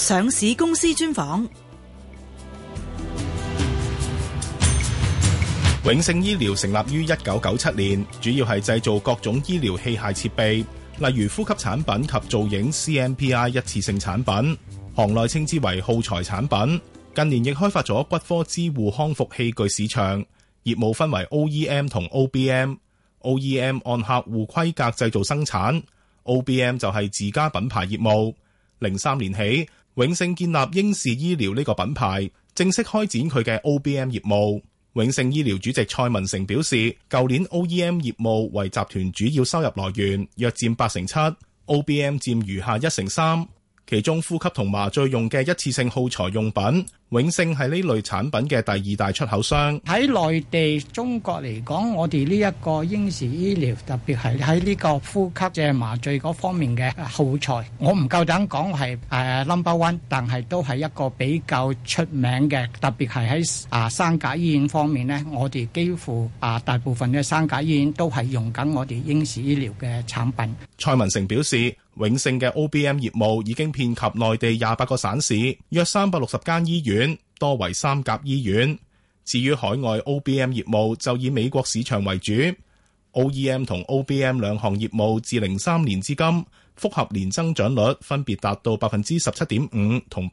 上市公司專訪。 永勝醫療成立於1997年，主要係製造各種醫療器械設備，例如呼吸產品及造影 CMPI 一次性產品，行內稱之為耗材產品。近年亦開發咗骨科支護康復器具市場，業務分為 OEM 同 OBM。OEM 按客戶規格製造生產， OBM 就係自家品牌業務。03年起，永勝建立英仕醫療呢個品牌，正式開展佢嘅 OBM 業務。永勝醫療主席蔡文成表示，舊年 OEM 業務為集團主要收入來源，約佔7%， OBM 佔餘下1/3。其中呼吸同麻醉用嘅一次性耗材用品，永勝係呢類產品嘅第二大出口商。 喺內地、中國嚟講，我哋呢一個英仕醫療，特別係喺呢個呼吸即係麻醉嗰方面嘅耗材，我唔夠膽講係number one， 但係都係一個比較出名嘅。特別係喺三甲醫院方面呢，我哋幾乎大部分嘅三甲醫院都係用緊我哋英仕醫療嘅產品。 蔡文成表示，永勝嘅 OBM 業務已經遍及內地28個省市，約360間醫院，多為三甲醫院。至於海外 OBM 業務就以美國市場為主。OEM 同 OBM 兩項業務自03年至今，複合年增長率分別達到 17.5% 同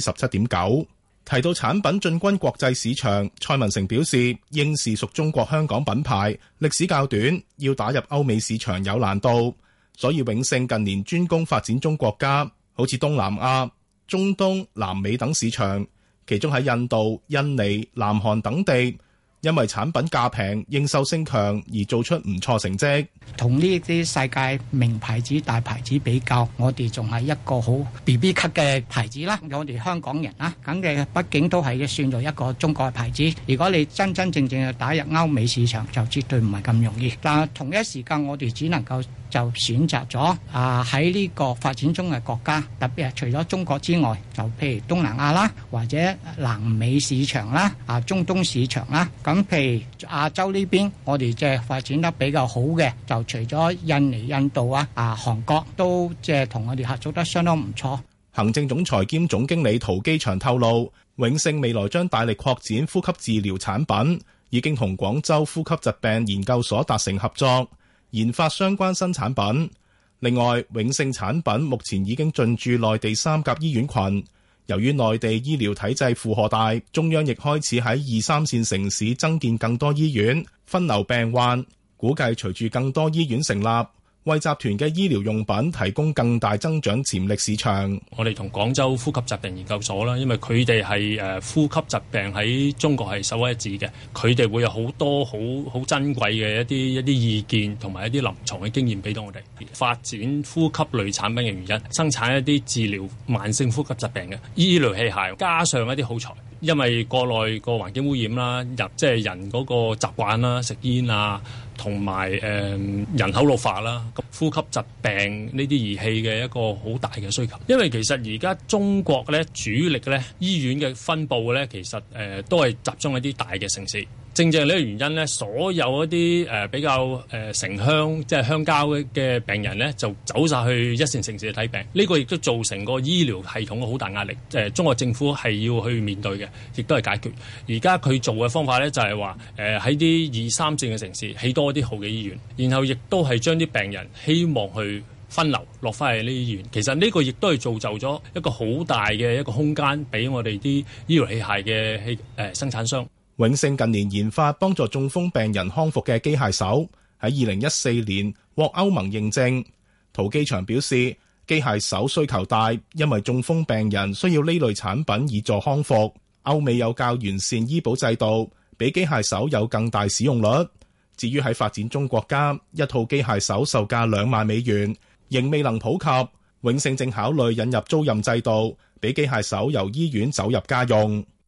17.9%。提到產品進軍國際市場，蔡文成表示，英仕屬中國香港品牌，歷史較短，要打入歐美市場有難度。所以永勝近年專攻發展中國家，好似東南亞、中東、南美等市場，其中喺印度、印尼、南韓等地，因為產品價平、認受性強而做出唔錯成績。 同呢啲世界名牌子、大牌子比較，我哋仲係一個好 BB 級嘅牌子啦。我哋香港人啦，咁嘅畢竟都係算做一個中國嘅牌子。如果你真真正正要打入歐美市場，就絕對唔係咁容易。但係同一時間，我哋只能夠就選擇咗喺呢個發展中嘅國家，特別係除咗中國之外，就譬如東南亞啦，或者南美市場啦、中東市場啦。咁譬如亞洲呢邊，我哋即係發展得比較好嘅，就除咗印尼、印度韓國都即係同我哋合作得相當唔錯。 行政總裁兼總經理陶基祥透露，永勝未來將大力擴展呼吸治療產品，已經同廣州呼吸疾病研究所達成合作，研發相關新產品。另外，永勝產品目前已經進駐內地三甲醫院群。由於內地醫療體制負荷大，中央亦開始喺2、3線城市增建更多醫院，分流病患。估計隨住更多醫院成立，為集團嘅醫療用品提供更大增長潛力市場。 我哋同廣州呼吸疾病研究所啦，因為佢哋係呼吸疾病喺中國係首屈一指嘅，佢哋會有好多好珍貴嘅一啲意見同埋一啲臨床嘅經驗俾到我哋發展呼吸類產品嘅原因，生產一啲治療慢性呼吸疾病嘅醫療器械，加上一啲耗材。因為國內個環境污染啦，即係人嗰個習慣啦，食煙啊，同埋人口老化啦，呼吸疾病呢啲儀器嘅一個好大嘅需求。因為其實而家中國咧主力咧醫院嘅分佈咧，其實都係集中喺啲大嘅城市。正正呢個原因咧，所有一啲比較城鄉即係鄉郊嘅病人咧，就走晒去一線城市去睇病。呢個亦都造成個醫療系統嘅好大壓力。中國政府係要去面對嘅，亦都係解決。而家佢做嘅方法咧，就係話喺啲2、3線嘅城市起多啲好嘅醫院，然後亦都係將啲病人希望去分流落翻去呢啲醫院。其實呢個亦都係造就咗一個好大嘅一個空間俾我哋啲醫療器械嘅生產商。 永勝近年研發幫助中風病人康復嘅機械手，喺2014年獲歐盟認證。陶基祥表示，機械手需求大，因為中風病人需要呢類產品以助康復。歐美有較完善醫保制度，比機械手有更大使用率。至於喺發展中國家，一套機械手售價2萬美元，仍未能普及。永勝正考慮引入租賃制度，俾機械手由醫院走入家用。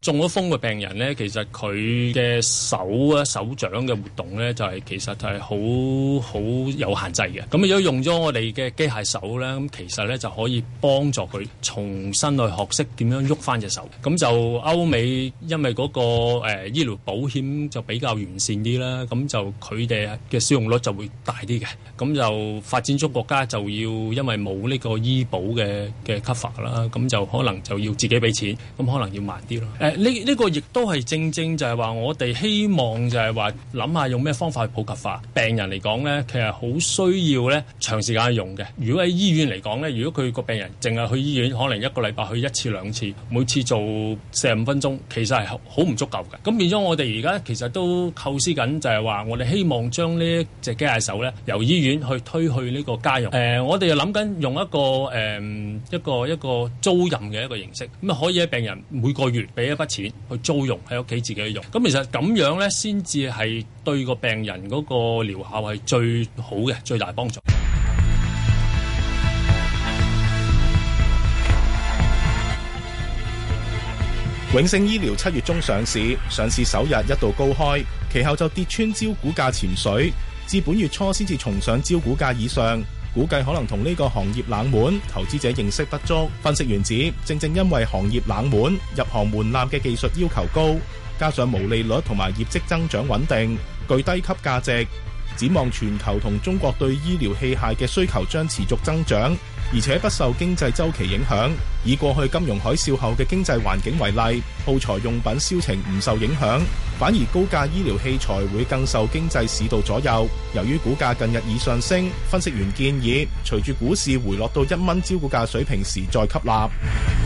中咗風嘅病人咧，其實佢嘅手掌嘅活動咧，就係其實係好有限制嘅。咁如果用咗我哋嘅機械手咧，咁其實咧就可以幫助佢重新去學識點樣喐翻隻手。咁就歐美因為嗰個醫療保險就比較完善啲啦，咁就佢哋嘅使用率就會大啲嘅。咁就發展中國家就要因為冇呢個醫保嘅 cover 啦，咁就可能就要自己俾錢，咁可能要慢啲咯。呢個亦都係正就係話我哋希望就係話諗下用咩方法去普及化。病人嚟講咧，其實好需要咧長時間去用嘅。如果喺醫院嚟講咧，如果佢個病人淨係去醫院，可能一個禮拜去1次2次，每次做45分鐘，其實係好唔足夠嘅。咁變咗我哋而家其實都構思緊，就係話我哋希望將呢一隻機械手咧由醫院去推去呢個家用。我哋又諗緊用一個租賃嘅一個形式，咁啊可以喺病人每個月俾一筆錢去租用喺屋企自己用。咁其實咁樣咧，先至係對個病人嗰個療效係最好嘅，最大幫助。 永盛醫療7月中上市，上市首日一度高開，其後就跌穿招股價潛水，至本月初先至重上招股價以上。估計可能同呢個行業冷門，投資者認識不足。分析員指，正因為行業冷門，入行門檻嘅技術要求高，加上毛利率同埋業績增長穩定，具低級價值。展望全球同中國對醫療器械嘅需求將持續增長，而且不受經濟週期影響。以過去金融海嘯後嘅經濟環境為例，耗材用品銷情唔受影響，反而高價醫療器材會更受經濟市道左右。由於股價近日已上升，分析員建議隨住股市回落到1蚊招股價水平時再吸納。